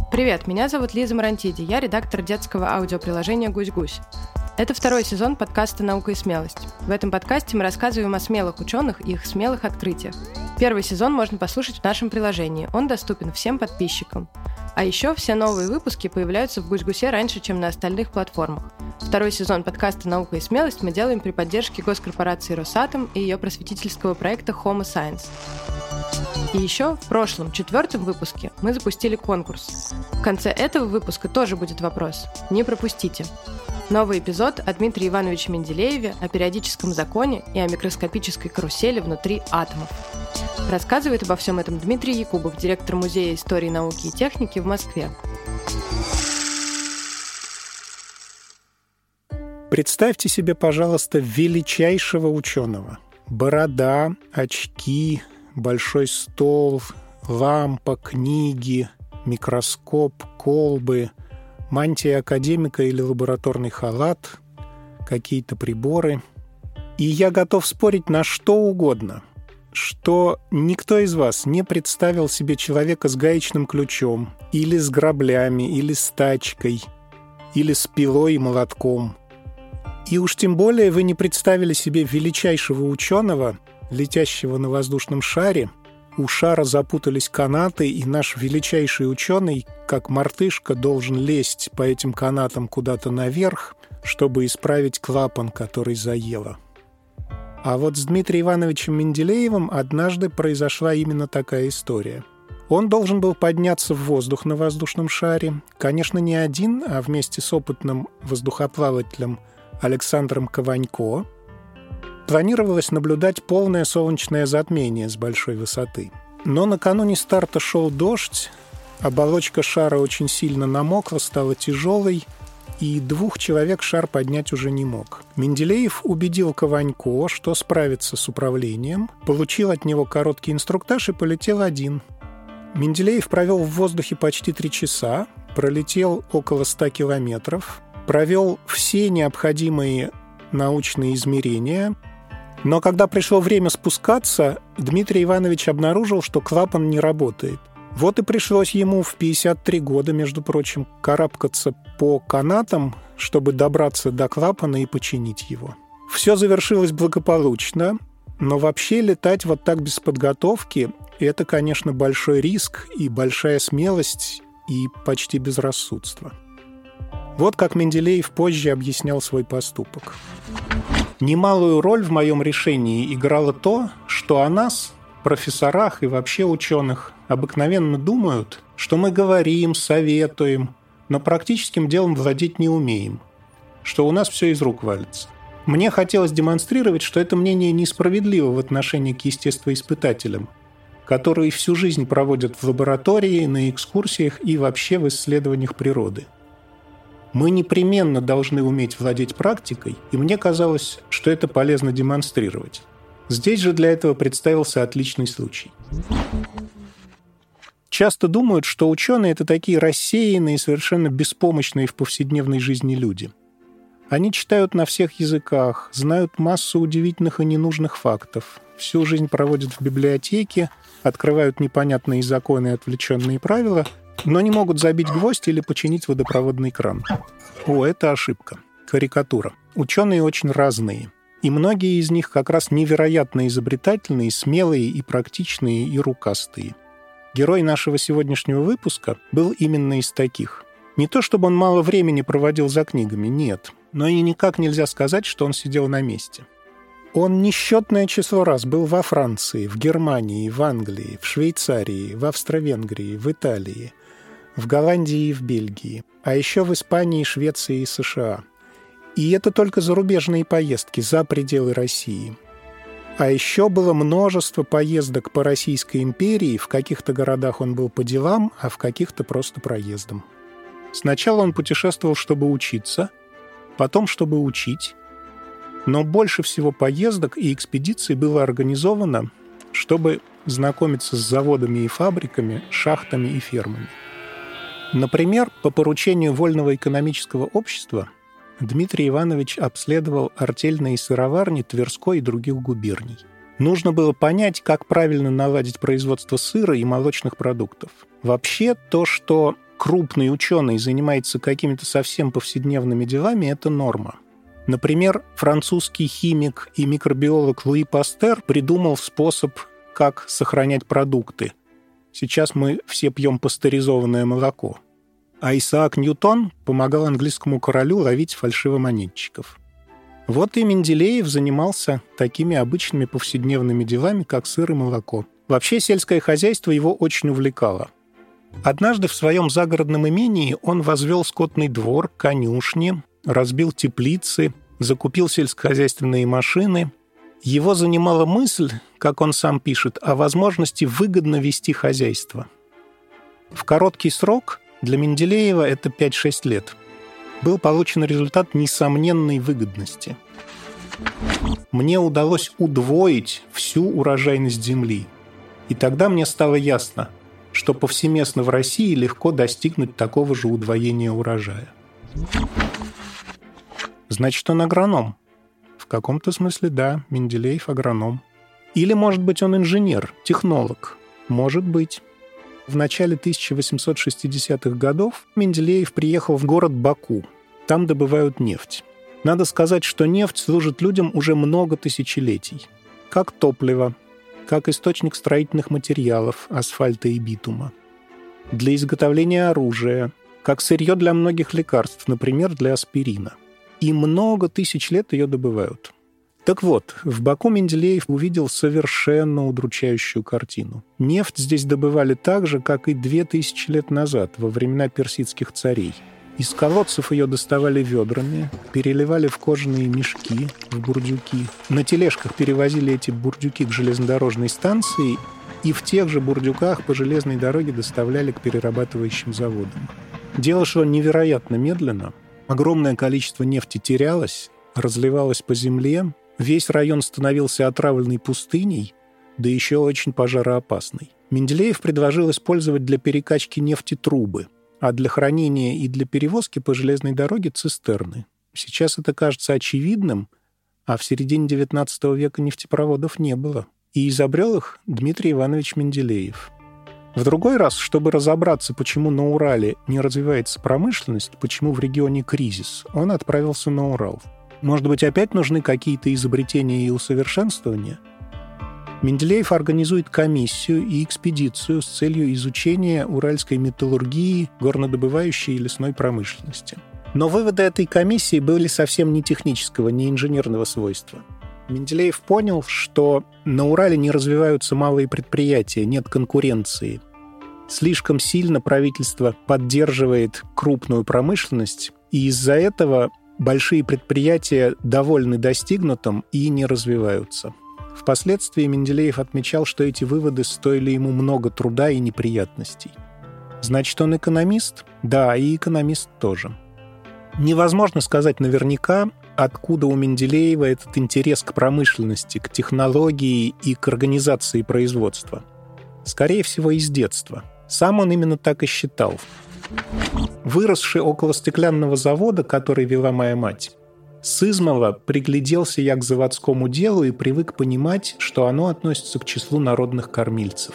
Привет, меня зовут Лиза Марантиди, я редактор детского аудиоприложения «Гусь-Гусь». Это второй сезон подкаста «Наука и смелость». В этом подкасте мы рассказываем о смелых ученых и их смелых открытиях. Первый сезон можно послушать в нашем приложении, он доступен всем подписчикам. А еще все новые выпуски появляются в «Гусь-Гусе» раньше, чем на остальных платформах. Второй сезон подкаста «Наука и смелость» мы делаем при поддержке госкорпорации «Росатом» и ее просветительского проекта «Homo Science». И еще в прошлом, 4-м выпуске, мы запустили конкурс. В конце этого выпуска тоже будет вопрос. Не пропустите. Новый эпизод о Дмитрии Ивановиче Менделееве, о периодическом законе и о микроскопической карусели внутри атомов. Рассказывает обо всем этом Дмитрий Якубов, директор Музея истории, науки и техники в Москве. Представьте себе, пожалуйста, величайшего ученого. Борода, очки, большой стол, лампа, книги, микроскоп, колбы, мантия академика или лабораторный халат, какие-то приборы. И я готов спорить на что угодно, что никто из вас не представил себе человека с гаечным ключом, или с граблями, или с тачкой, или с пилой и молотком. И уж тем более вы не представили себе величайшего ученого, летящего на воздушном шаре. У шара запутались канаты, и наш величайший ученый, как мартышка, должен лезть по этим канатам куда-то наверх, чтобы исправить клапан, который заело. А вот с Дмитрием Ивановичем Менделеевым однажды произошла именно такая история. Он должен был подняться в воздух на воздушном шаре, конечно, не один, а вместе с опытным воздухоплавателем Александром Кованько. Планировалось наблюдать полное солнечное затмение с большой высоты. Но накануне старта шел дождь, оболочка шара очень сильно намокла, стала тяжелой, и 2 человек шар поднять уже не мог. Менделеев убедил Кованько, что справится с управлением, получил от него короткий инструктаж и полетел один. Менделеев провел в воздухе почти 3 часа, пролетел около 100 километров, провел все необходимые научные измерения. Но когда пришло время спускаться, Дмитрий Иванович обнаружил, что клапан не работает. Вот и пришлось ему в 53 года, между прочим, карабкаться по канатам, чтобы добраться до клапана и починить его. Все завершилось благополучно, но вообще летать вот так без подготовки – это, конечно, большой риск и большая смелость и почти безрассудство. Вот как Менделеев позже объяснял свой поступок. Немалую роль в моем решении играло то, что о нас, профессорах и вообще ученых, обыкновенно думают, что мы говорим, советуем, но практическим делом владеть не умеем, что у нас все из рук валится. Мне хотелось демонстрировать, что это мнение несправедливо в отношении к естествоиспытателям, которые всю жизнь проводят в лаборатории, на экскурсиях и вообще в исследованиях природы. Мы непременно должны уметь владеть практикой, и мне казалось, что это полезно демонстрировать. Здесь же для этого представился отличный случай. Часто думают, что ученые – это такие рассеянные, совершенно беспомощные в повседневной жизни люди. Они читают на всех языках, знают массу удивительных и ненужных фактов, всю жизнь проводят в библиотеке, открывают непонятные законы и отвлеченные правила – но не могут забить гвоздь или починить водопроводный кран. Это ошибка. Карикатура. Ученые очень разные. И многие из них как раз невероятно изобретательные, смелые и практичные, и рукастые. Герой нашего сегодняшнего выпуска был именно из таких. Не то чтобы он мало времени проводил за книгами, нет. Но и никак нельзя сказать, что он сидел на месте. Он несчетное число раз был во Франции, в Германии, в Англии, в Швейцарии, в Австро-Венгрии, в Италии, в Голландии и в Бельгии, а еще в Испании, Швеции и США. И это только зарубежные поездки за пределы России. А еще было множество поездок по Российской империи, в каких-то городах он был по делам, а в каких-то просто проездом. Сначала он путешествовал, чтобы учиться, потом, чтобы учить, но больше всего поездок и экспедиций было организовано, чтобы знакомиться с заводами и фабриками, шахтами и фермами. Например, по поручению Вольного экономического общества Дмитрий Иванович обследовал артельные сыроварни Тверской и других губерний. Нужно было понять, как правильно наладить производство сыра и молочных продуктов. Вообще, то, что крупный ученый занимается какими-то совсем повседневными делами, это норма. Например, французский химик и микробиолог Луи Пастер придумал способ, как сохранять продукты. Сейчас мы все пьем пастеризованное молоко. А Исаак Ньютон помогал английскому королю ловить фальшивомонетчиков. Вот и Менделеев занимался такими обычными повседневными делами, как сыр и молоко. Вообще сельское хозяйство его очень увлекало. Однажды в своем загородном имении он возвел скотный двор, конюшни, разбил теплицы, закупил сельскохозяйственные машины. Его занимала мысль, как он сам пишет, о возможности выгодно вести хозяйство. В короткий срок, для Менделеева это 5-6 лет, был получен результат несомненной выгодности. Мне удалось удвоить всю урожайность земли. И тогда мне стало ясно, что повсеместно в России легко достигнуть такого же удвоения урожая. Значит, он агроном. В каком-то смысле, да, Менделеев агроном. Или, может быть, он инженер, технолог. Может быть. В начале 1860-х годов Менделеев приехал в город Баку. Там добывают нефть. Надо сказать, что нефть служит людям уже много тысячелетий. Как топливо, как источник строительных материалов, асфальта и битума. Для изготовления оружия, как сырье для многих лекарств, например, для аспирина. И много тысяч лет ее добывают. Так вот, в Баку Менделеев увидел совершенно удручающую картину. Нефть здесь добывали так же, как и 2000 лет назад, во времена персидских царей. Из колодцев ее доставали ведрами, переливали в кожаные мешки, в бурдюки. На тележках перевозили эти бурдюки к железнодорожной станции и в тех же бурдюках по железной дороге доставляли к перерабатывающим заводам. Дело шло невероятно медленно. Огромное количество нефти терялось, разливалось по земле. Весь район становился отравленной пустыней, да еще очень пожароопасной. Менделеев предложил использовать для перекачки нефти трубы, а для хранения и для перевозки по железной дороге цистерны. Сейчас это кажется очевидным, а в середине XIX века нефтепроводов не было. И изобрел их Дмитрий Иванович Менделеев. В другой раз, чтобы разобраться, почему на Урале не развивается промышленность, почему в регионе кризис, он отправился на Урал. Может быть, опять нужны какие-то изобретения и усовершенствования? Менделеев организует комиссию и экспедицию с целью изучения уральской металлургии, горнодобывающей и лесной промышленности. Но выводы этой комиссии были совсем не технического, не инженерного свойства. Менделеев понял, что на Урале не развиваются малые предприятия, нет конкуренции. Слишком сильно правительство поддерживает крупную промышленность, и из-за этого большие предприятия довольны достигнутым и не развиваются. Впоследствии Менделеев отмечал, что эти выводы стоили ему много труда и неприятностей. Значит, он экономист? Да, и экономист тоже. Невозможно сказать наверняка, откуда у Менделеева этот интерес к промышленности, к технологии и к организации производства. Скорее всего, из детства. Сам он именно так и считал. Выросший около стеклянного завода, который вела моя мать, сызмала пригляделся я к заводскому делу и привык понимать, что оно относится к числу народных кормильцев.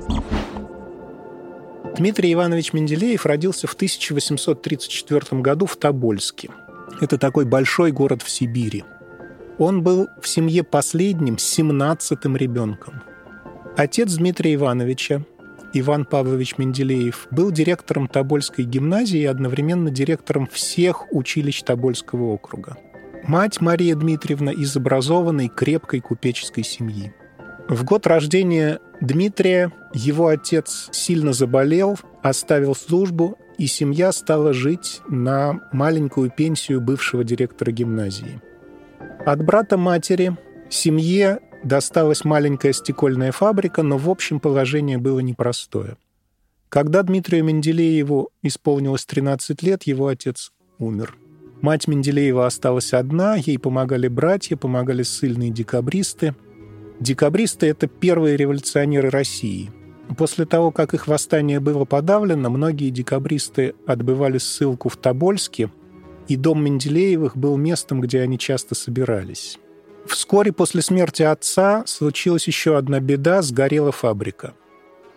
Дмитрий Иванович Менделеев родился в 1834 году в Тобольске. Это такой большой город в Сибири. Он был в семье последним, 17-м ребенком. Отец Дмитрия Ивановича, Иван Павлович Менделеев, был директором Тобольской гимназии и одновременно директором всех училищ Тобольского округа. Мать Мария Дмитриевна из образованной, крепкой купеческой семьи. В год рождения Дмитрия его отец сильно заболел, оставил службу, и семья стала жить на маленькую пенсию бывшего директора гимназии. От брата матери семье досталась маленькая стекольная фабрика, но в общем положение было непростое. Когда Дмитрию Менделееву исполнилось 13 лет, его отец умер. Мать Менделеева осталась одна, ей помогали братья, помогали ссыльные декабристы. Декабристы — это первые революционеры России. После того, как их восстание было подавлено, многие декабристы отбывали ссылку в Тобольске, и дом Менделеевых был местом, где они часто собирались. Вскоре после смерти отца случилась еще одна беда — сгорела фабрика.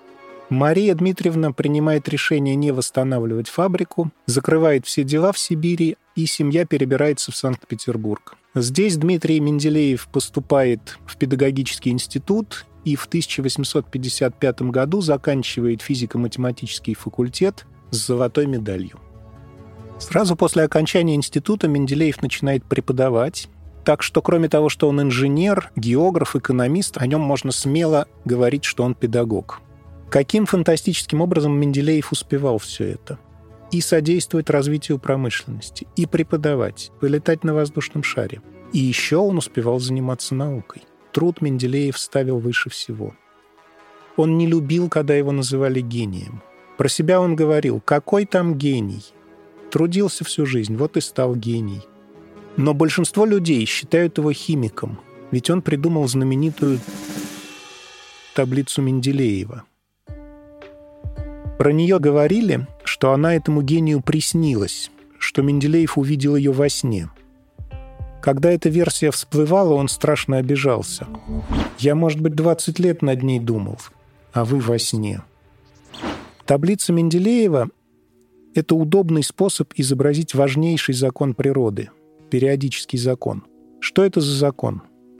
Мария Дмитриевна принимает решение не восстанавливать фабрику, закрывает все дела в Сибири, и семья перебирается в Санкт-Петербург. Здесь Дмитрий Менделеев поступает в педагогический институт и в 1855 году заканчивает физико-математический факультет с золотой медалью. Сразу после окончания института Менделеев начинает преподавать, так что кроме того, что он инженер, географ, экономист, о нем можно смело говорить, что он педагог. Каким фантастическим образом Менделеев успевал все это? И содействовать развитию промышленности, и преподавать, полетать на воздушном шаре. И еще он успевал заниматься наукой. Труд Менделеев ставил выше всего. Он не любил, когда его называли гением. Про себя он говорил: «Какой там гений? Трудился всю жизнь, вот и стал гений». Но большинство людей считают его химиком, ведь он придумал знаменитую таблицу Менделеева. Про нее говорили, что она этому гению приснилась, что Менделеев увидел ее во сне. Когда эта версия всплывала, он страшно обижался. «Я, может быть, 20 лет над ней думал, а вы во сне». Таблица Менделеева — это удобный способ изобразить важнейший закон природы — периодический закон. Что это за закон?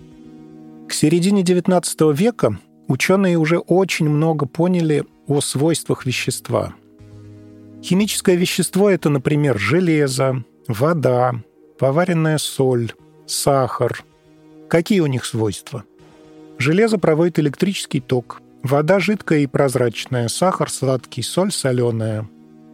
К середине XIX века ученые уже очень много поняли о свойствах вещества. Химическое вещество — это, например, железо, вода, поваренная соль, сахар. Какие у них свойства? Железо проводит электрический ток, вода жидкая и прозрачная, сахар сладкий, соль соленая.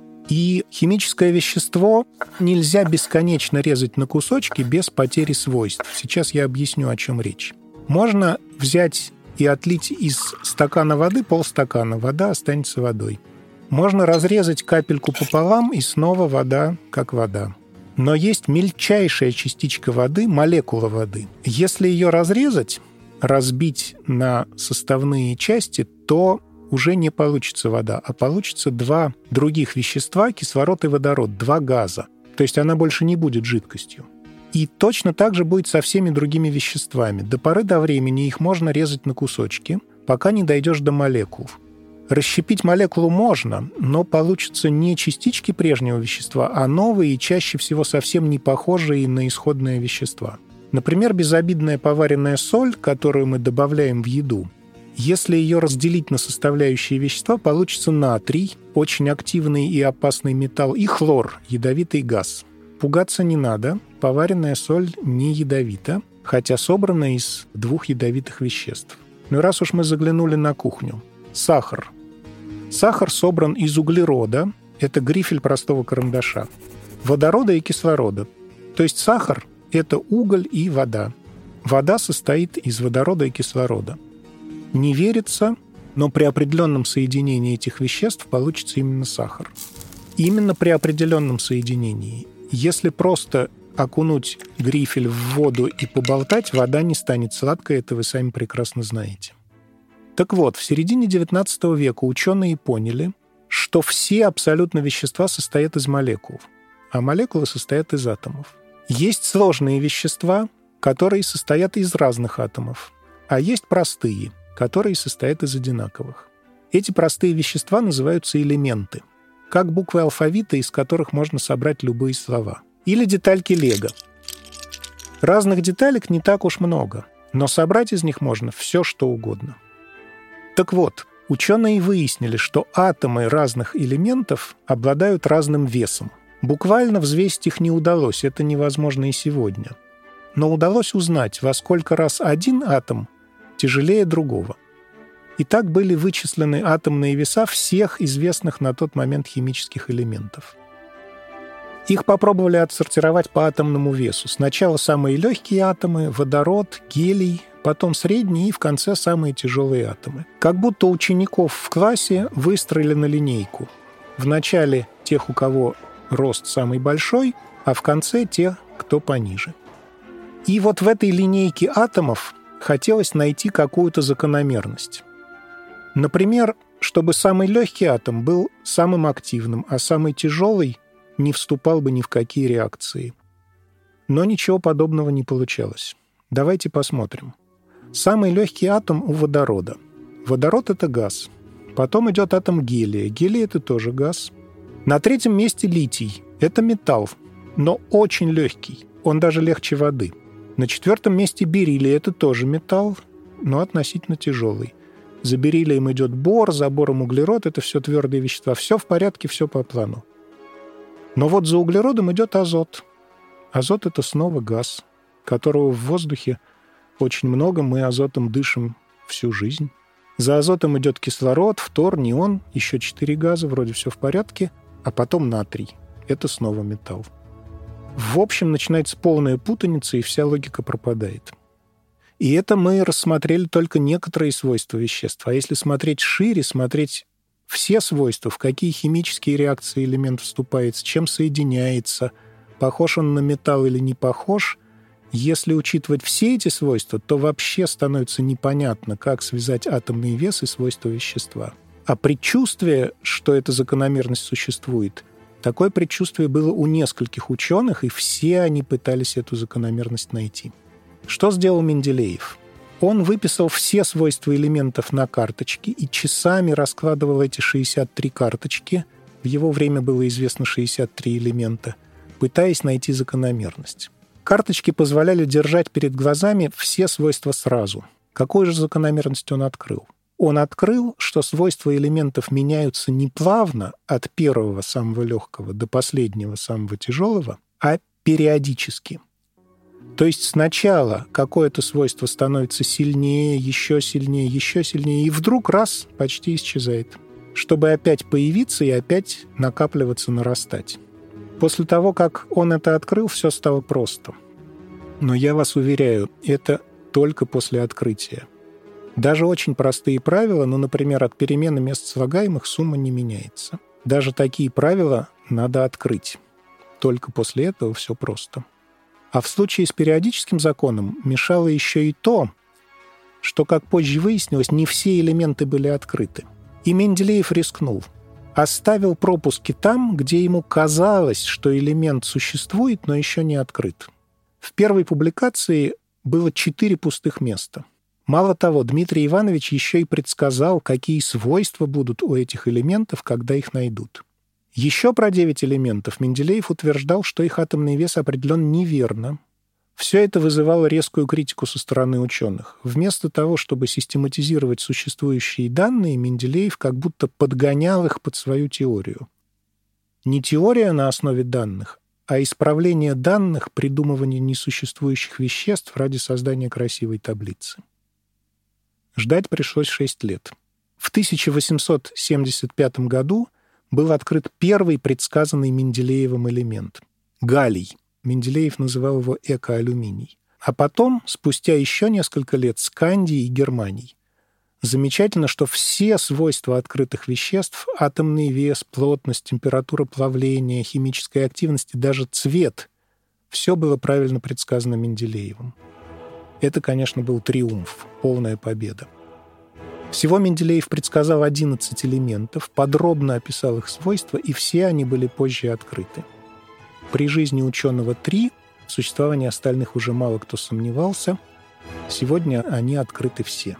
И химическое вещество нельзя бесконечно резать на кусочки без потери свойств. Сейчас я объясню, о чем речь. Можно взять и отлить из стакана воды полстакана, вода останется водой. Можно разрезать капельку пополам, и снова вода как вода. Но есть мельчайшая частичка воды, молекула воды. Если ее разрезать, разбить на составные части, то уже не получится вода, а получится два других вещества, кислород и водород, два газа. То есть она больше не будет жидкостью. И точно так же будет со всеми другими веществами. До поры до времени их можно резать на кусочки, пока не дойдешь до молекул. Расщепить молекулу можно, но получатся не частички прежнего вещества, а новые и чаще всего совсем не похожие на исходное вещества. Например, безобидная поваренная соль, которую мы добавляем в еду. Если ее разделить на составляющие вещества, получится натрий, очень активный и опасный металл, и хлор, ядовитый газ. Пугаться не надо, поваренная соль не ядовита, хотя собрана из двух ядовитых веществ. Ну и раз уж мы заглянули на кухню. Сахар. Сахар собран из углерода, это грифель простого карандаша, водорода и кислорода. То есть сахар — это уголь и вода. Вода состоит из водорода и кислорода. Не верится, но при определенном соединении этих веществ получится именно сахар. Именно при определенном соединении. Если просто окунуть грифель в воду и поболтать, вода не станет сладкой, это вы сами прекрасно знаете. Так вот, в середине XIX века ученые поняли, что все абсолютно вещества состоят из молекул, а молекулы состоят из атомов. Есть сложные вещества, которые состоят из разных атомов, а есть простые, которые состоят из одинаковых. Эти простые вещества называются элементы, как буквы алфавита, из которых можно собрать любые слова. Или детальки лего. Разных деталек не так уж много, но собрать из них можно все, что угодно. Так вот, ученые выяснили, что атомы разных элементов обладают разным весом. Буквально взвесить их не удалось, это невозможно и сегодня. Но удалось узнать, во сколько раз один атом тяжелее другого. И так были вычислены атомные веса всех известных на тот момент химических элементов. Их попробовали отсортировать по атомному весу. Сначала самые легкие атомы, водород, гелий, потом средние и в конце самые тяжелые атомы. Как будто учеников в классе выстроили на линейку. В начале тех, у кого рост самый большой, а в конце тех, кто пониже. И вот в этой линейке атомов хотелось найти какую-то закономерность. Например, чтобы самый легкий атом был самым активным, а самый тяжелый не вступал бы ни в какие реакции. Но ничего подобного не получалось. Давайте посмотрим. Самый легкий атом у водорода. Водород — это газ. Потом идет атом гелия. Гелий — это тоже газ. На третьем месте литий. Это металл, но очень легкий. Он даже легче воды. На четвертом месте бериллий. Это тоже металл, но относительно тяжелый. За бериллием идет бор, за бором углерод. Это все твердые вещества. Все в порядке, все по плану. Но вот за углеродом идет азот. Азот — это снова газ, которого в воздухе очень много. Мы азотом дышим всю жизнь. За азотом идет кислород, фтор, неон, еще 4 газа, вроде все в порядке. А потом натрий. Это снова металл. В общем, начинается полная путаница, и вся логика пропадает. И это мы рассмотрели только некоторые свойства веществ. А если смотреть шире, смотреть все свойства, в какие химические реакции элемент вступает, с чем соединяется, похож он на металл или не похож, если учитывать все эти свойства, то вообще становится непонятно, как связать атомный вес и свойства вещества. А предчувствие, что эта закономерность существует, такое предчувствие было у нескольких ученых, и все они пытались эту закономерность найти. Что сделал Менделеев? Он выписал все свойства элементов на карточке и часами раскладывал эти 63 карточки, в его время было известно 63 элемента, пытаясь найти закономерность. Карточки позволяли держать перед глазами все свойства сразу. Какую же закономерность он открыл? Он открыл, что свойства элементов меняются не плавно от первого самого легкого до последнего самого тяжелого, а периодически. То есть сначала какое-то свойство становится сильнее, и вдруг раз — почти исчезает, чтобы опять появиться и опять накапливаться, нарастать. После того, как он это открыл, все стало просто. Но я вас уверяю, это только после открытия. Даже очень простые правила, например, от перемены мест слагаемых сумма не меняется. Даже такие правила надо открыть. Только после этого все просто. А в случае с периодическим законом мешало еще и то, что, как позже выяснилось, не все элементы были открыты. И Менделеев рискнул. Оставил пропуски там, где ему казалось, что элемент существует, но еще не открыт. В первой публикации было 4 пустых места. Мало того, Дмитрий Иванович еще и предсказал, какие свойства будут у этих элементов, когда их найдут. Еще про 9 элементов Менделеев утверждал, что их атомный вес определен неверно. Все это вызывало резкую критику со стороны ученых. Вместо того, чтобы систематизировать существующие данные, Менделеев как будто подгонял их под свою теорию. Не теория на основе данных, а исправление данных, придумывание несуществующих веществ ради создания красивой таблицы. Ждать пришлось 6 лет. В 1875 году был открыт первый предсказанный Менделеевым элемент — галлий. Менделеев называл его экоалюминий. А потом, спустя еще несколько лет, скандий и германий. Замечательно, что все свойства открытых веществ — атомный вес, плотность, температура плавления, химическая активность и даже цвет — все было правильно предсказано Менделеевым. Это, конечно, был триумф, полная победа. Всего Менделеев предсказал 11 элементов, подробно описал их свойства, и все они были позже открыты. При жизни ученого 3, в существовании остальных уже мало кто сомневался. Сегодня они открыты все.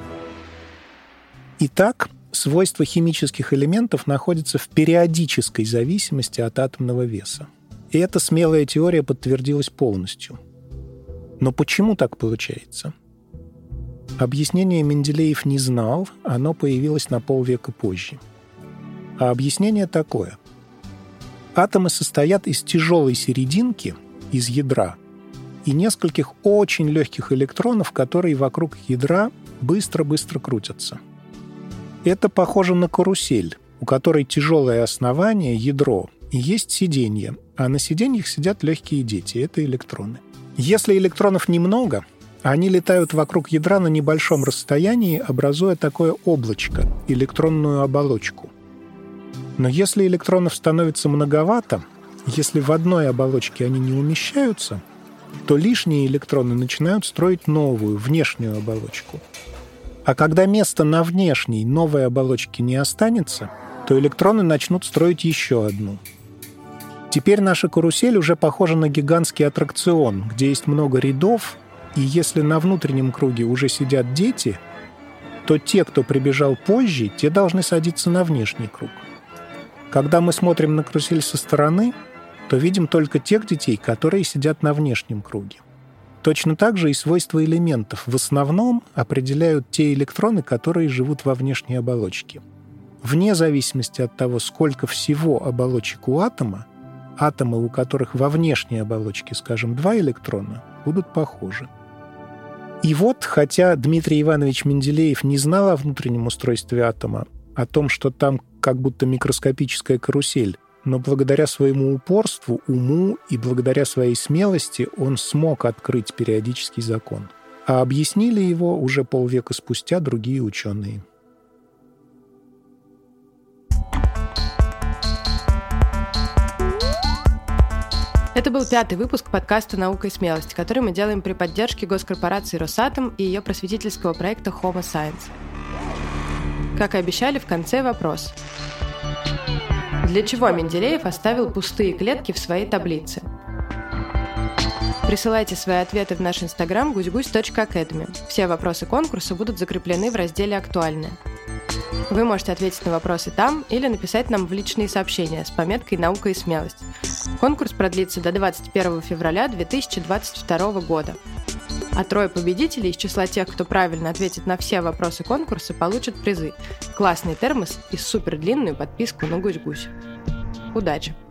Итак, свойства химических элементов находятся в периодической зависимости от атомного веса. И эта смелая теория подтвердилась полностью. Но почему так получается? Объяснение Менделеев не знал, оно появилось на полвека позже. А объяснение такое. Атомы состоят из тяжелой серединки, из ядра, и нескольких очень легких электронов, которые вокруг ядра быстро-быстро крутятся. Это похоже на карусель, у которой тяжелое основание, ядро, и есть сиденье, а на сиденьях сидят легкие дети, это электроны. Если электронов немного, они летают вокруг ядра на небольшом расстоянии, образуя такое облачко, электронную оболочку. Но если электронов становится многовато, если в одной оболочке они не умещаются, то лишние электроны начинают строить новую, внешнюю оболочку. А когда места на внешней, новой оболочке не останется, то электроны начнут строить еще одну. Теперь наша карусель уже похожа на гигантский аттракцион, где есть много рядов, и если на внутреннем круге уже сидят дети, то те, кто прибежал позже, те должны садиться на внешний круг. Когда мы смотрим на карусель со стороны, то видим только тех детей, которые сидят на внешнем круге. Точно так же и свойства элементов в основном определяют те электроны, которые живут во внешней оболочке. Вне зависимости от того, сколько всего оболочек у атома, атомы, у которых во внешней оболочке, скажем, 2 электрона, будут похожи. И вот, хотя Дмитрий Иванович Менделеев не знал о внутреннем устройстве атома, о том, что там как будто микроскопическая карусель, но благодаря своему упорству, уму и благодаря своей смелости он смог открыть периодический закон. А объяснили его уже полвека спустя другие ученые. Это был 5-й выпуск подкаста «Наука и смелость», который мы делаем при поддержке госкорпорации «Росатом» и ее просветительского проекта Homo Science. Как и обещали, в конце вопрос. Для чего Менделеев оставил пустые клетки в своей таблице? Присылайте свои ответы в наш инстаграм guсь-guсь.academy. Все вопросы конкурса будут закреплены в разделе «Актуальные». Вы можете ответить на вопросы там или написать нам в личные сообщения с пометкой «Наука и смелость». Конкурс продлится до 21 февраля 2022 года. А 3 победителей из числа тех, кто правильно ответит на все вопросы конкурса, получат призы. Классный термос и супердлинную подписку на Гусь-Гусь. Удачи!